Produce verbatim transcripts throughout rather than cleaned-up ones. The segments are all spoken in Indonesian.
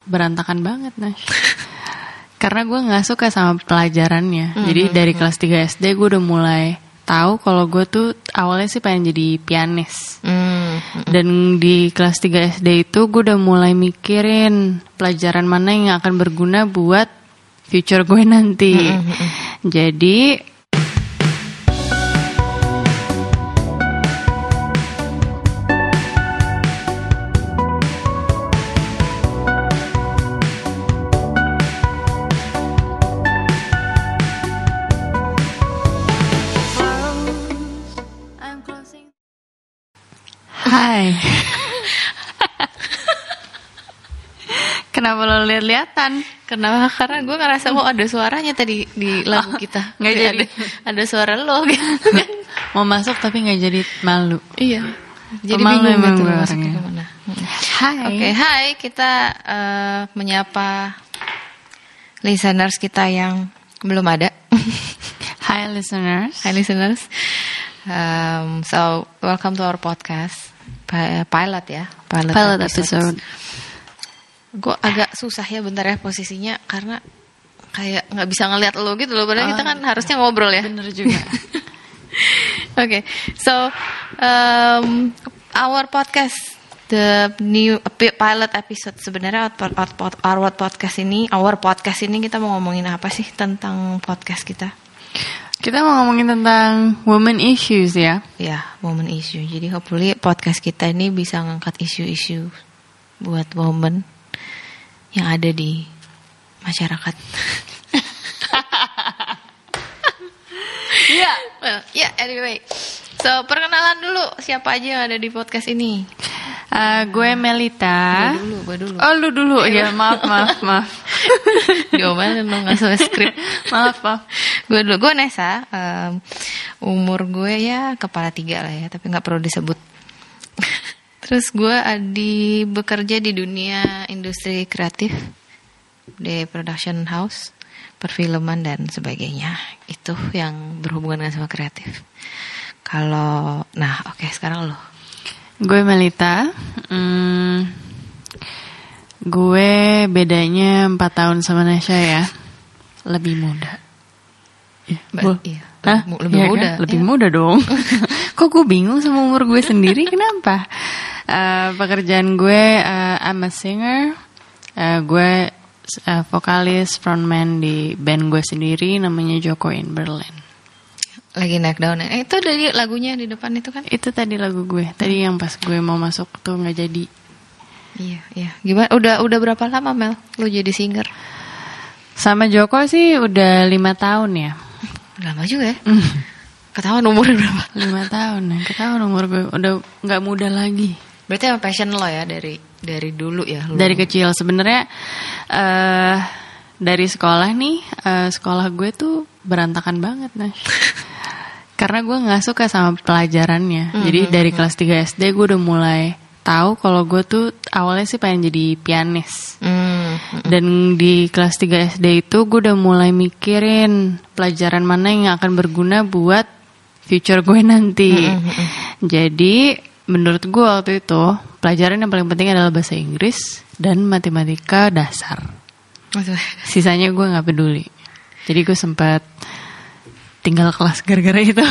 berantakan banget, Nash. Karena gue nggak suka sama pelajarannya. Mm-hmm. Jadi dari kelas tiga S D gue udah mulai tahu kalau gue tuh awalnya sih pengen jadi pianis. Mm-hmm. Dan di kelas tiga S D itu gue udah mulai mikirin pelajaran mana yang akan berguna buat future gue nanti. Mm-hmm. Jadi Hai. Kenapa lo lihat-lihatan? Kenapa? Karena gue ngerasa kok ada suaranya tadi di lagu kita. Nggak jadi. Ada, ada suara lo gitu. Mau masuk tapi nggak jadi malu. Iya. Jadi Pemalu bingung emang gitu gue masuknya orangnya. kemana. Hai. Oke, okay, hai. Kita uh, menyapa listeners kita yang belum ada. Hi listeners. Hi listeners. Um, so welcome to our podcast. Pilot ya, pilot, Pilot episode. episode. Gue agak susah ya bentar ya posisinya karena kayak nggak bisa ngeliat lo gitu loh. Padahal oh, kita kan harusnya ngobrol ya. Bener juga. Oke, okay, so um, our podcast, the new pilot episode sebenarnya our, our, our podcast ini, our podcast ini kita mau ngomongin apa sih tentang podcast kita? Kita mau ngomongin tentang women issues ya. Ya, women issue. Jadi hopefully podcast kita ini bisa ngangkat isu-isu buat women yang ada di masyarakat. Iya. Well, ya yeah, anyway. So, perkenalan dulu siapa aja yang ada di podcast ini. Uh, gue Melita. Gue dulu, gue dulu. Oh, lu dulu. Ya, maaf, maaf, maaf. Diomelin lo gak sesuai skrip. Maaf, maaf. Gue dulu, gue Nessa. um, Umur gue ya kepala tiga lah ya, tapi gak perlu disebut. Terus gue di bekerja di dunia industri kreatif, di production house, perfilman dan sebagainya. Itu yang berhubungan dengan sama kreatif. Kalau, nah oke okay, sekarang lo. Gue Melita. Hmm, gue bedanya empat tahun sama Nasya ya. Lebih muda. Ya, ba- iya. Hah? Lebih Ya muda. Kan? Lebih ya. muda dong. Kok gue bingung sama umur gue sendiri? Kenapa? Uh, pekerjaan gue, uh, I'm a singer. Uh, gue uh, vokalis frontman di band gue sendiri, namanya Joko in Berlin. Lagi naik daun. Eh, itu dari lagunya di depan itu kan? Itu tadi lagu gue. Tadi yang pas gue mau masuk tuh nggak jadi. Iya, iya. Gimana? Udah udah berapa lama Mel? Lu jadi singer? Sama Joko sih udah lima tahun ya. Lama juga ya. Ketahuan umurnya berapa? Lima tahun ya. Ketahuan umur gue udah nggak muda lagi. Berarti emang passion lo ya dari dari dulu ya? Lo. Dari kecil sebenarnya. Uh, dari sekolah nih, uh, sekolah gue tuh berantakan banget Nash. Karena gue nggak suka sama pelajarannya. Mm-hmm. Jadi dari kelas tiga S D gue udah mulai tahu kalau gue tuh awalnya sih pengen jadi pianis. Mm-hmm. Dan di kelas tiga S D itu gue udah mulai mikirin pelajaran mana yang akan berguna buat future gue nanti. Mm-hmm. Jadi menurut gue waktu itu pelajaran yang paling penting adalah bahasa Inggris dan matematika dasar. Sisanya gue nggak peduli. Jadi gue sempat tinggal kelas gara-gara itu.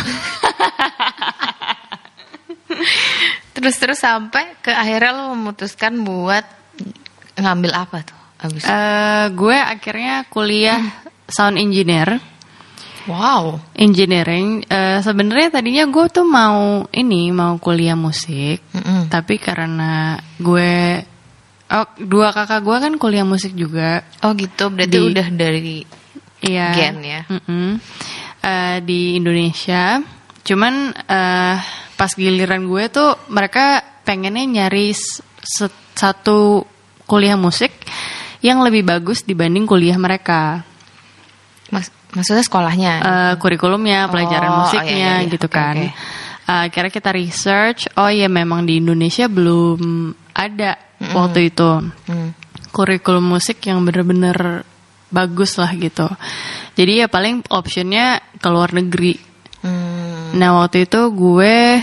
Terus-terus sampai ke akhirnya lo memutuskan buat ngambil apa tuh abis? Uh, gue akhirnya kuliah sound engineer. Wow. Engineering. Uh, sebenarnya tadinya gue tuh mau ini mau kuliah musik, mm-hmm. tapi karena gue oh, dua kakak gue kan kuliah musik juga. Oh gitu. Berarti di, udah dari iya, gen ya. Uh, di Indonesia. Cuman uh, pas giliran gue tuh mereka pengennya nyari s- satu kuliah musik yang lebih bagus dibanding kuliah mereka. Mas, maksudnya sekolahnya? Uh, kurikulumnya, pelajaran oh, musiknya iya, iya. gitu okay, kan. Okay. Uh, akhirnya kita research, oh ya memang di Indonesia belum ada mm. waktu itu mm. kurikulum musik yang benar-benar bagus lah gitu. Jadi ya paling optionnya ke luar negeri. Hmm. Nah waktu itu gue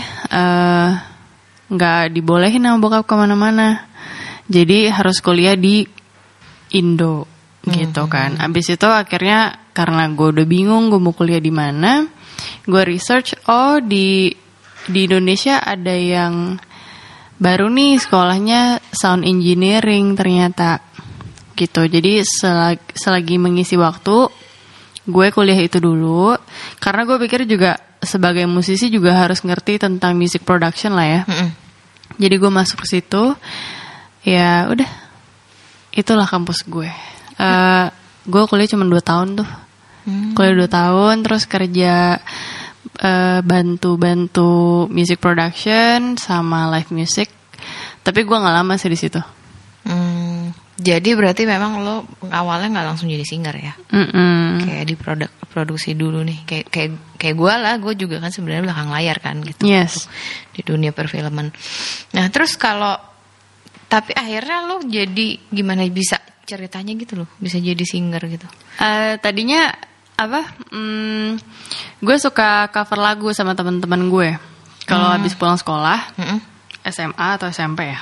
nggak uh, dibolehin sama bokap kemana-mana. Jadi harus kuliah di Indo gitu kan. Abis itu akhirnya karena gue udah bingung gue mau kuliah di mana, gue research oh di di Indonesia ada yang baru nih sekolahnya sound engineering ternyata gitu. Jadi selagi, selagi mengisi waktu gue kuliah itu dulu karena gue pikir juga sebagai musisi juga harus ngerti tentang music production lah ya. Mm-mm. Jadi gue masuk ke situ, ya udah, itulah kampus gue. Uh, gue kuliah cuma dua tahun tuh, mm. kuliah dua tahun, terus kerja uh, bantu-bantu music production sama live music. Tapi gue nggak lama sih di situ. Mm. Jadi berarti memang lo awalnya nggak langsung jadi singer ya? Mm-mm. Kayak di produk produksi dulu nih, kayak kayak kayak gue lah, gue juga kan sebenarnya belakang layar kan gitu. Yes. Di dunia perfilman. Nah terus kalau tapi akhirnya lo jadi gimana bisa ceritanya gitu loh, bisa jadi singer gitu? Uh, tadinya apa? Hmm, gue suka cover lagu sama teman-teman gue. Kalau hmm. habis pulang sekolah, hmm. S M A atau S M P ya?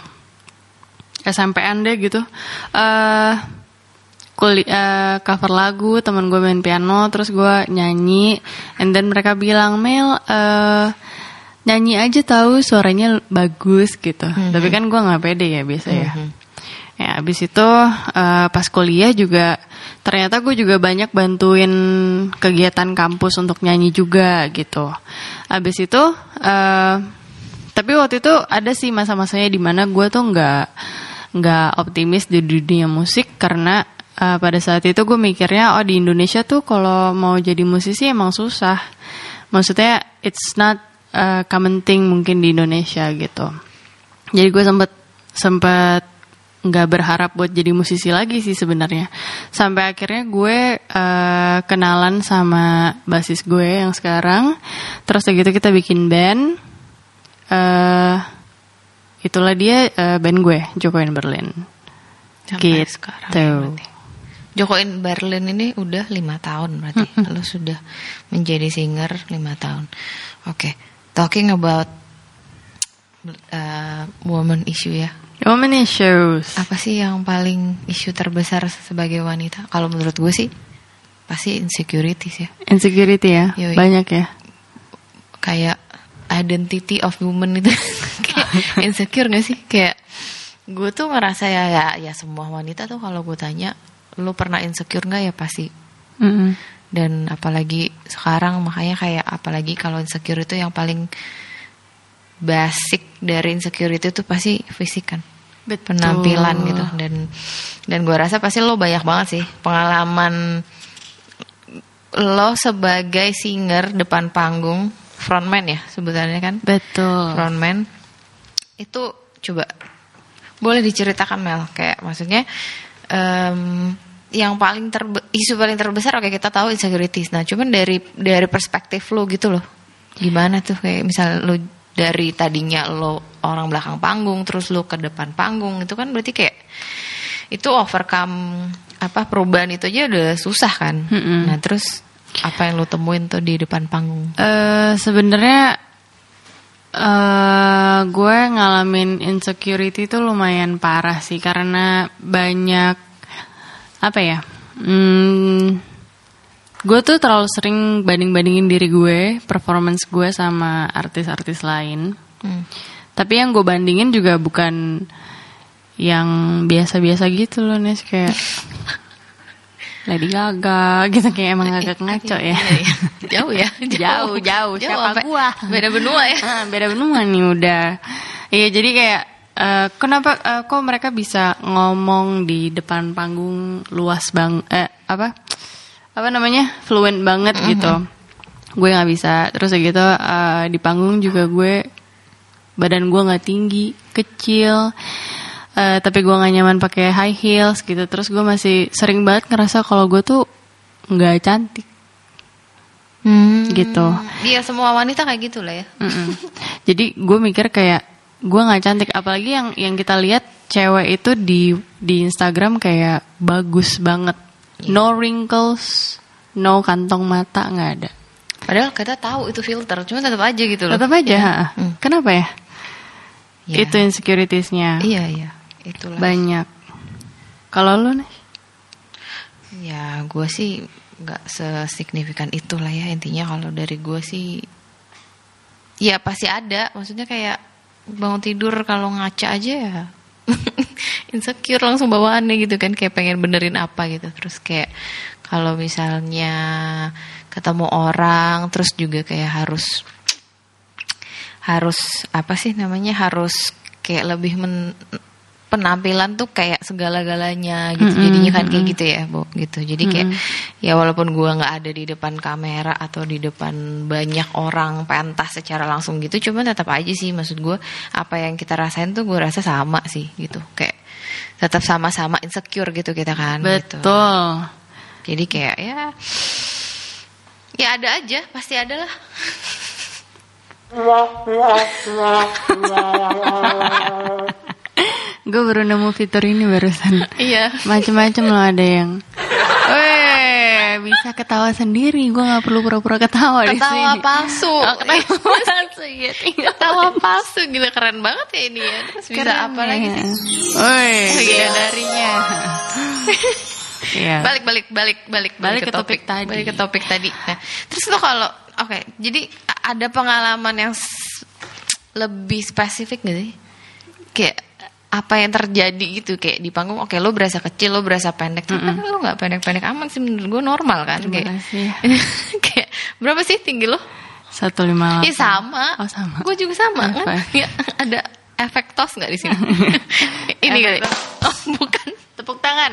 S M P-an deh gitu. Uh, Kuli, uh, cover lagu, teman gue main piano, terus gue nyanyi, and then mereka bilang, Mel, uh, nyanyi aja tahu suaranya bagus gitu. Mm-hmm. Tapi kan gue nggak pede ya biasa ya. Mm-hmm. Ya abis itu uh, pas kuliah juga ternyata gue juga banyak bantuin kegiatan kampus untuk nyanyi juga gitu. Abis itu, uh, tapi waktu itu ada sih masa-masanya di mana gue tuh nggak nggak optimis di dunia musik karena Uh, pada saat itu gue mikirnya oh di Indonesia tuh kalau mau jadi musisi emang susah. Maksudnya it's not a common thing mungkin di Indonesia gitu. Jadi gue sempet sempet nggak berharap buat jadi musisi lagi sih sebenarnya. Sampai akhirnya gue uh, kenalan sama basis gue yang sekarang. Terus gitu kita bikin band. Uh, itulah dia uh, band gue, Joko in Berlin. Sampai gitu. Sekarang ya, Joko in Berlin ini udah lima tahun berarti. Mm-hmm. Lo sudah menjadi singer lima tahun. Oke, okay. Talking about uh, woman issue ya. Woman issues. Apa sih yang paling isu terbesar sebagai wanita? Kalau menurut gue sih pasti insecurities ya. Insecurity ya, Yoi. Banyak ya. Kayak identity of woman itu kayak insecure gak sih? Kayak gue tuh ngerasa ya ya, ya semua wanita tuh kalau gue tanya lu pernah insecure nggak ya pasti. Mm-hmm. Dan apalagi sekarang makanya kayak apalagi kalau insecure itu yang paling basic dari insecurity itu pasti fisik kan. Betul. Penampilan gitu. Dan dan gue rasa pasti lo banyak banget sih pengalaman lo sebagai singer depan panggung, frontman ya sebutannya kan. Betul. Frontman itu coba boleh diceritakan Mel, kayak maksudnya um, yang paling terbe- isu paling terbesar oke kita tahu insecurities. Nah, cuman dari dari perspektif lo gitu loh. Gimana tuh kayak misal lo dari tadinya lo orang belakang panggung terus lo ke depan panggung itu kan berarti kayak itu overcome apa perubahan itu aja udah susah kan. Mm-hmm. Nah, terus apa yang lo temuin tuh di depan panggung? Uh, sebenarnya uh, gue ngalamin insecurity itu lumayan parah sih karena banyak apa ya, hmm, gue tuh terlalu sering banding-bandingin diri gue, performance gue sama artis-artis lain. Hmm. Tapi yang gue bandingin juga bukan yang biasa-biasa gitu loh, Nes, kayak Lady Gaga gitu, kayak emang agak ngaco ya. Jauh ya, jauh, jauh. Siapa gue? Beda benua ya. Nah, beda benua nih udah. Iya, jadi kayak Uh, kenapa uh, kok mereka bisa ngomong di depan panggung luas bang eh apa apa namanya fluent banget mm-hmm. gitu, gue nggak bisa. Terus gitu uh, di panggung juga gue badan gue nggak tinggi, kecil, uh, tapi gue nggak nyaman pakai high heels gitu. Terus gue masih sering banget ngerasa kalau gue tuh nggak cantik. Hmm. Gitu. Iya, semua wanita kayak gitu lah ya. Jadi gue mikir kayak gue nggak cantik, apalagi yang yang kita lihat cewek itu di di Instagram kayak bagus banget, yeah. No wrinkles, no kantong mata, nggak ada. Padahal kita tahu itu filter, cuma tetap aja gitu loh. Tetap aja, ya. Hmm. Kenapa ya? Yeah. Itu insecuritiesnya. Iya iya, itulah. Banyak. Kalau lo nih? Ya gue sih nggak sesignifikan itulah ya, intinya kalau dari gue sih ya pasti ada, maksudnya kayak bangun tidur kalau ngaca aja ya insecure langsung bawaannya gitu kan, kayak pengen benerin apa gitu. Terus kayak kalau misalnya ketemu orang terus juga kayak harus harus apa sih namanya, harus kayak lebih men, penampilan tuh kayak segala-galanya gitu. Mm-hmm. Jadinya kan kayak gitu ya, Bu, gitu. Jadi kayak mm-hmm. ya walaupun gua nggak ada di depan kamera atau di depan banyak orang pentas secara langsung gitu, cuman tetap aja sih maksud gua apa yang kita rasain tuh gua rasa sama sih gitu. Kayak tetap sama-sama insecure gitu kita kan. Betul. Gitu. Jadi kayak ya ya ada aja, pasti ada lah. Gue baru nemu fitur ini barusan. Iya. Macam-macam loh, ada yang, weh, bisa ketawa sendiri. Gue nggak perlu pura-pura ketawa, ketawa di sini. Ketawa palsu. Oh, ketawa palsu ya. Ketawa palsu, gila keren banget ya ini ya. Terus bisa keren apa ya. Lagi sih? Woi, iya darinya. Iya. Balik balik balik balik balik ke, ke topik, topik tadi. Balik ke topik tadi. Nah, terus lo kalau oke, okay, jadi ada pengalaman yang s- lebih spesifik gak sih? Kayak apa yang terjadi gitu, kayak di panggung oke okay, lo berasa kecil, lo berasa pendek, tapi mm-hmm. kan lo nggak pendek-pendek amat sih, menurut gue normal kan. Terima kayak, kasih. Kayak berapa sih tinggi lo? seratus lima puluh delapan. Iya sama. Oh sama. Gue juga sama kan. Ya, ada efek tos nggak di sini? Ini kali. Oh bukan. Tepuk tangan.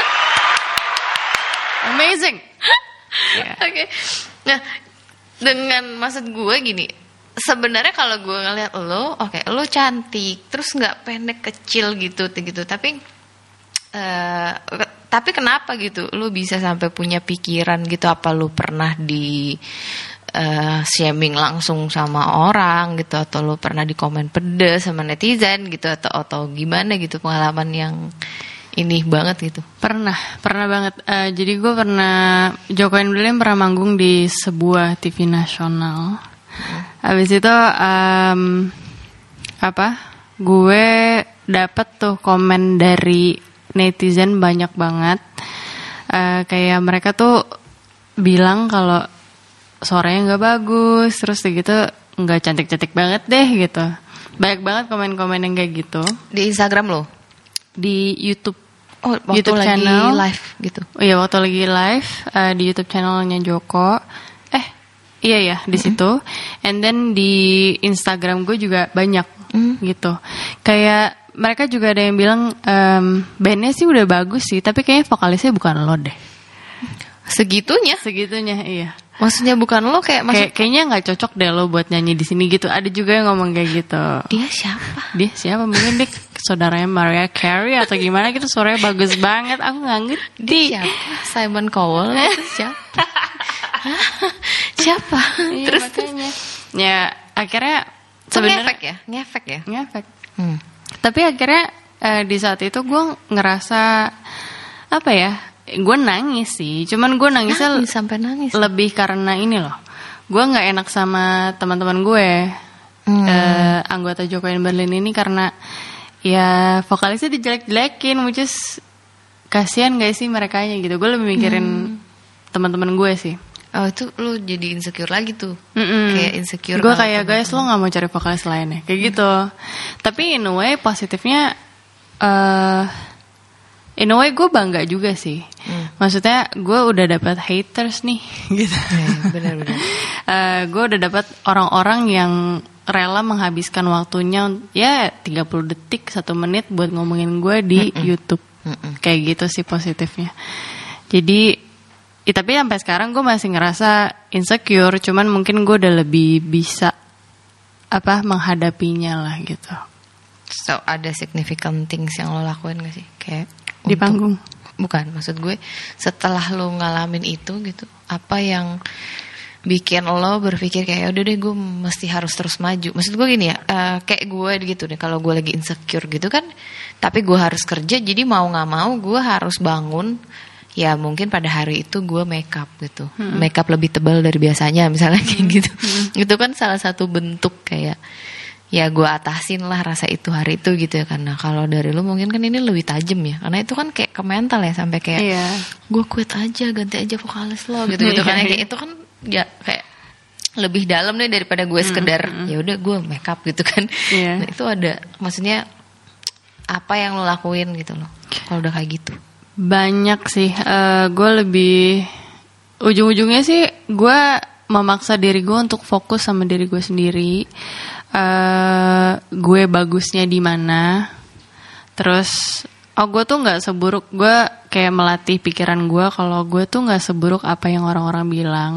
Amazing. Yeah. Oke. Okay. Nah, dengan maksud gue gini, sebenarnya kalau gue ngeliat lo, oke, okay, lo cantik, terus nggak pendek kecil gitu, gitu. Tapi, uh, tapi kenapa gitu? Lo bisa sampai punya pikiran gitu? Apa lo pernah di uh, shaming langsung sama orang gitu, atau lo pernah di komen pedes sama netizen gitu, atau atau gimana gitu pengalaman yang ini banget gitu? Pernah, pernah banget. Uh, jadi gue pernah, Joko and Belen pernah manggung di sebuah T V nasional. Hmm. Habis itu um, apa? Gue dapet tuh komen dari netizen banyak banget. Uh, kayak mereka tuh bilang kalau suaranya nggak bagus, terus gitu nggak cantik-cantik banget deh gitu. Banyak banget komen-komen yang kayak gitu. Di Instagram lo? Di YouTube. Oh, waktu YouTube lagi channel live gitu. Oh iya, waktu lagi live uh, di YouTube channelnya Joko. Eh, iya ya di mm-hmm. situ. And then di Instagram gue juga banyak mm. gitu. Kayak mereka juga ada yang bilang um, bandnya sih udah bagus sih, tapi kayaknya vokalisnya bukan lo deh. Segitunya? Segitunya, iya. Maksudnya bukan lo kayak maksud... kayak kayaknya nggak cocok deh lo buat nyanyi di sini gitu. Ada juga yang ngomong kayak gitu. Dia siapa? Dia siapa? Mungkin dia saudaranya Mariah Carey atau gimana gitu, suaranya bagus banget. Aku nggak ngerti. Dia siapa? Simon Cowell itu siapa? Siapa? Iya, terus makanya. Ya akhirnya sebenarnya ngefek ya, ngefek ya, ngefek. Hmm. Tapi akhirnya uh, di saat itu gue ngerasa apa ya? Gue nangis sih, cuman gue nangisnya nangis, sampai nangis lebih karena ini loh, gue nggak enak sama teman-teman gue, hmm. uh, anggota Joko and Berlin ini, karena ya vokalisnya dijelek-jelekin, which is kasihan gak sih merekanya gitu. Gue lebih mikirin hmm. teman-teman gue sih. Oh itu lu jadi insecure lagi tuh. Mm-mm. Kayak insecure. Gue kayak guys lo nggak mau cari vokalis lainnya kayak gitu. Tapi in a way positifnya, uh, in a way gue bangga juga sih. Hmm. Maksudnya gue udah dapat haters nih gitu. Ya, benar-benar. uh, gue udah dapat orang-orang yang rela menghabiskan waktunya ya tiga puluh detik satu menit buat ngomongin gue di Mm-mm. YouTube. Mm-mm. Kayak gitu sih positifnya. Jadi ya, tapi sampai sekarang gue masih ngerasa insecure, cuman mungkin gue udah lebih bisa apa menghadapinya lah gitu. So ada significant things yang lo lakuin gak sih? Kayak di untuk, panggung? Bukan, maksud gue setelah lo ngalamin itu gitu, apa yang bikin lo berpikir kayak udah deh gue mesti harus terus maju. Maksud gue gini ya, uh, kayak gue gitu deh, kalau gue lagi insecure gitu kan, tapi gue harus kerja, jadi mau nggak mau gue harus bangun. Ya mungkin pada hari itu gue make up gitu, hmm. make up lebih tebal dari biasanya misalnya kayak hmm. gitu. Hmm. Itu kan salah satu bentuk kayak ya gue atasin lah rasa itu hari itu gitu ya. Karena kalau dari lu mungkin kan ini lebih tajam ya, karena itu kan kayak ke mental ya, sampai kayak Iya. gue quit aja, ganti aja vokalis lo gitu gitu kan ya. Kayak itu kan ya kayak lebih dalam deh daripada gue sekedar mm-hmm. ya udah gue make up gitu kan. Yeah. Nah, itu ada maksudnya apa yang lo lakuin gitu loh kalau udah kayak gitu. Banyak sih, uh, gue lebih ujung-ujungnya sih gue memaksa diri gue untuk fokus sama diri gue sendiri. Uh, gue bagusnya di mana, terus oh gue tuh nggak seburuk, gue kayak melatih pikiran gue kalau gue tuh nggak seburuk apa yang orang-orang bilang.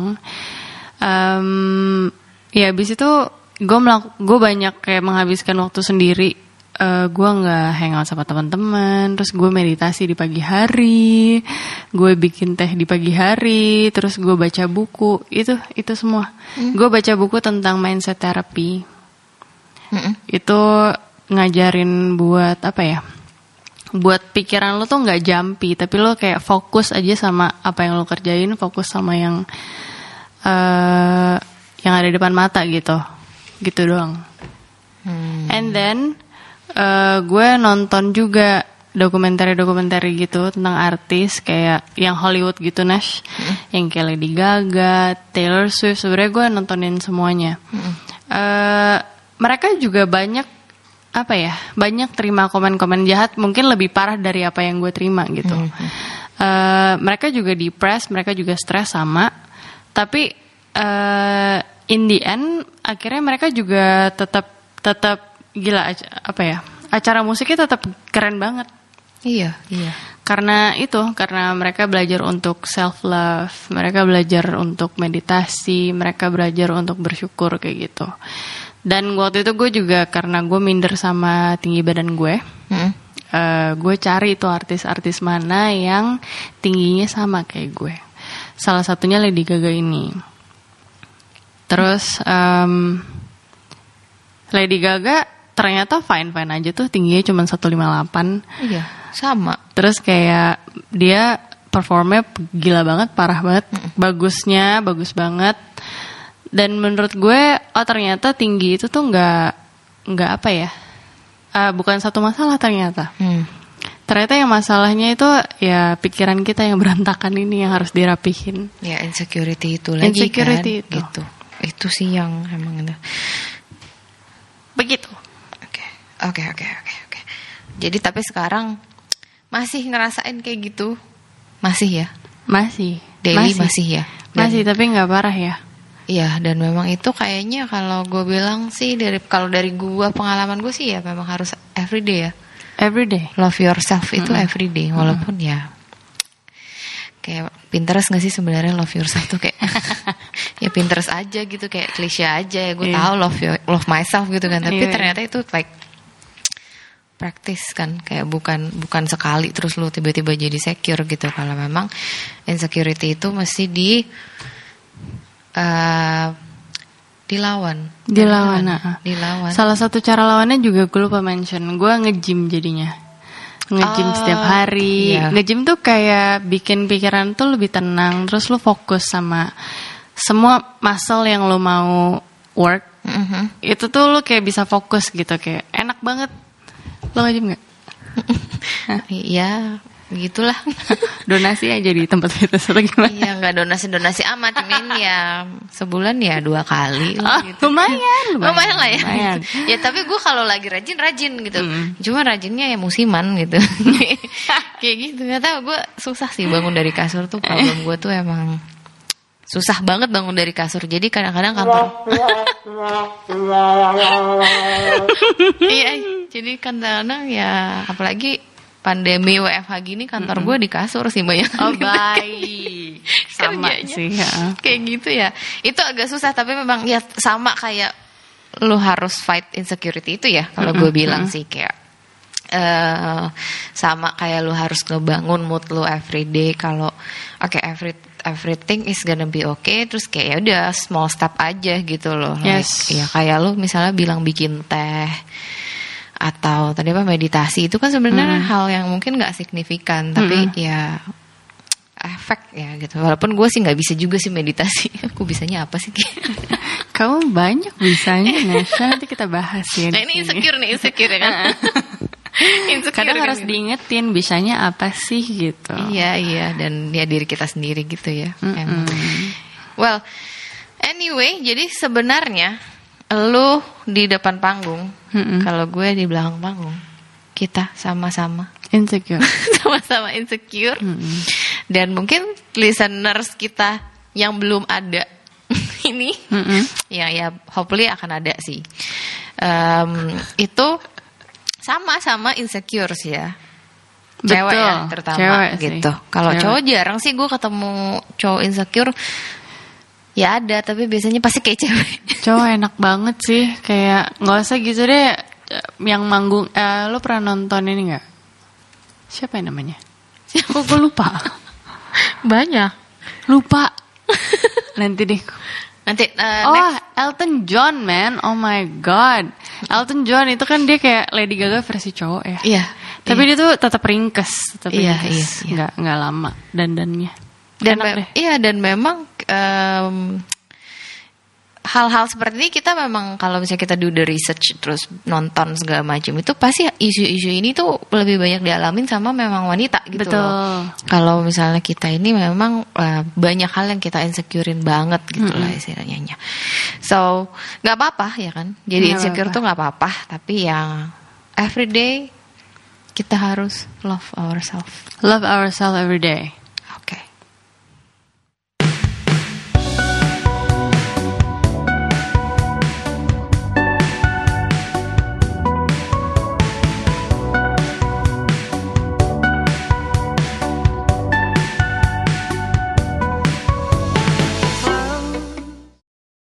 Um, ya abis itu gue melak- gue banyak kayak menghabiskan waktu sendiri. Uh, gue nggak hangout sama teman-teman, terus gue meditasi di pagi hari, gue bikin teh di pagi hari, terus gue baca buku, itu itu semua. Hmm. Gue baca buku tentang mindset therapy. Hmm. Itu ngajarin buat apa ya? Buat pikiran lo tuh nggak jumpy, tapi lo kayak fokus aja sama apa yang lo kerjain, fokus sama yang Uh, yang ada di depan mata gitu, gitu doang. Hmm. And then uh, gue nonton juga dokumenter-dokumenter gitu tentang artis kayak yang Hollywood gitu, Nash, hmm. yang kayak Lady Gaga, Taylor Swift. Sebenarnya gue nontonin semuanya. Hmm. Uh, mereka juga banyak apa ya, banyak terima komen-komen jahat, mungkin lebih parah dari apa yang gue terima gitu. Hmm. Uh, mereka juga depres, mereka juga stres sama. Tapi uh, in the end akhirnya mereka juga tetap tetap gila apa ya, acara musiknya tetap keren banget. Iya, iya. Karena itu, karena mereka belajar untuk self love, mereka belajar untuk meditasi, mereka belajar untuk bersyukur kayak gitu. Dan waktu itu gue juga karena gue minder sama tinggi badan gue, hmm. uh, gue cari itu artis-artis mana yang tingginya sama kayak gue. Salah satunya Lady Gaga ini. Terus um, Lady Gaga ternyata fine-fine aja tuh, tingginya cuma seratus lima puluh delapan. Iya, sama. Terus kayak dia performnya gila banget, parah banget. Mm. Bagusnya, bagus banget. Dan menurut gue, oh ternyata tinggi itu tuh gak, gak apa ya, uh, bukan satu masalah ternyata. Mm. Ternyata yang masalahnya itu ya pikiran kita yang berantakan ini yang harus dirapihin. Ya insecurity itu lagi insecurity kan. Itu. Gitu. Itu sih yang emang ada. Begitu. Oke. Oke, oke, oke, oke. Jadi tapi sekarang masih ngerasain kayak gitu? Masih ya? Masih. Daily masih, masih ya? Dan, masih, tapi gak parah ya? Iya, dan memang itu kayaknya kalau gue bilang sih, dari kalau dari gue, pengalaman gue sih ya memang harus everyday ya. Everyday. Love yourself itu mm-hmm. everyday. Walaupun mm-hmm. ya kayak Pinterest gak sih sebenarnya love yourself tuh kayak ya Pinterest aja gitu, kayak klise aja ya. Gue yeah. tahu love your, love myself gitu kan. Tapi yeah. ternyata itu like practice kan, kayak bukan bukan sekali terus lu tiba-tiba jadi secure gitu. Kalau memang insecurity itu mesti di uh, dilawan. Dilawan, nah. Dilawan. Salah satu cara lawannya juga gue lupa mention. Gue nge-gym jadinya. Nge-gym oh, setiap hari. Iya. Nge-gym tuh kayak bikin pikiran tuh lebih tenang. Terus lu fokus sama semua muscle yang lu mau work. Mm-hmm. Itu tuh lu kayak bisa fokus gitu. Kayak enak banget. Lu nge-gym gak? Iya, begitulah. Donasi aja di tempat fitness atau gimana? Iya, nggak donasi-donasi amat, cuman ya sebulan ya dua kali lah, oh, gitu. Lumayan, lumayan, lumayan lah ya. Lumayan. Ya tapi gue kalau lagi rajin rajin gitu, mm. cuma rajinnya ya musiman gitu. Kayak gitu. Nggak tahu, gue susah sih bangun dari kasur tuh. Problem gue tuh emang susah banget bangun dari kasur. Jadi kadang-kadang kantor. Iya, jadi kadang-kadang ya apalagi pandemi W F H gini kantor mm-hmm. gue di kasur sih banyak. Oh baik. Sama sih ya. Kayak gitu ya. Itu agak susah, tapi memang ya sama kayak lu harus fight insecurity itu ya. Kalau mm-hmm. gue bilang mm-hmm. sih kayak uh, sama kayak lu harus ngebangun mood lu everyday. Kalau oke okay, every everything is gonna be okay, terus kayak ya udah small step aja gitu loh. Yes. Like, ya kayak lu misalnya bilang bikin teh atau tadi apa meditasi, itu kan sebenarnya hmm. hal yang mungkin nggak signifikan, tapi hmm. ya efek ya gitu. Walaupun gue sih nggak bisa juga sih meditasi. Aku bisanya apa sih? Kamu banyak bisanya, Nasha. Nanti kita bahas ya. Nah, ini insecure nih, insecure ya kan. Insecure Kadang kan harus gitu. diingetin bisanya apa sih gitu. Iya, iya, dan ya diri kita sendiri gitu ya. Mm-mm. Emang. Well, anyway, jadi sebenarnya lu di depan panggung, Mm-mm. kalau gue di belakang panggung, kita sama-sama Insecure. sama-sama insecure. Mm-mm. Dan mungkin listeners kita yang belum ada ini, Mm-mm. ya ya hopefully akan ada sih. Um, itu sama-sama insecure sih ya. Cewek Betul, ya terutama cewek sih. gitu. Kalau Cewek. cowok jarang sih gue ketemu cowok insecure. Ya ada, tapi biasanya pasti kayak cewek. Cowok enak banget sih, kayak nggak usah gitu deh. Yang manggung, eh, lo pernah nonton ini nggak? Siapa yang namanya? Kok gue lupa? Banyak. Lupa. Nanti deh. Nanti uh, Oh, next. Elton John, man. Oh my god. Elton John itu kan dia kayak Lady Gaga versi cowok ya. Iya. Tapi iya. dia tuh tetap ringkes, tetap Iya, ringkes. iya, iya. Nggak nggak lama dandannya. dan Enak me- deh. iya dan memang em, hal-hal seperti ini kita memang kalau misalnya kita do the research terus nonton segala macam itu pasti isu-isu ini tuh lebih banyak dialamin sama memang wanita gitu Betul. loh. Kalau misalnya kita ini memang uh, banyak hal yang kita insecurein banget gitu lah istilahnya. So nggak apa-apa ya kan. Jadi Nggak insecure apa-apa. tuh nggak apa-apa. Tapi yang everyday kita harus love ourselves. Love ourselves every day.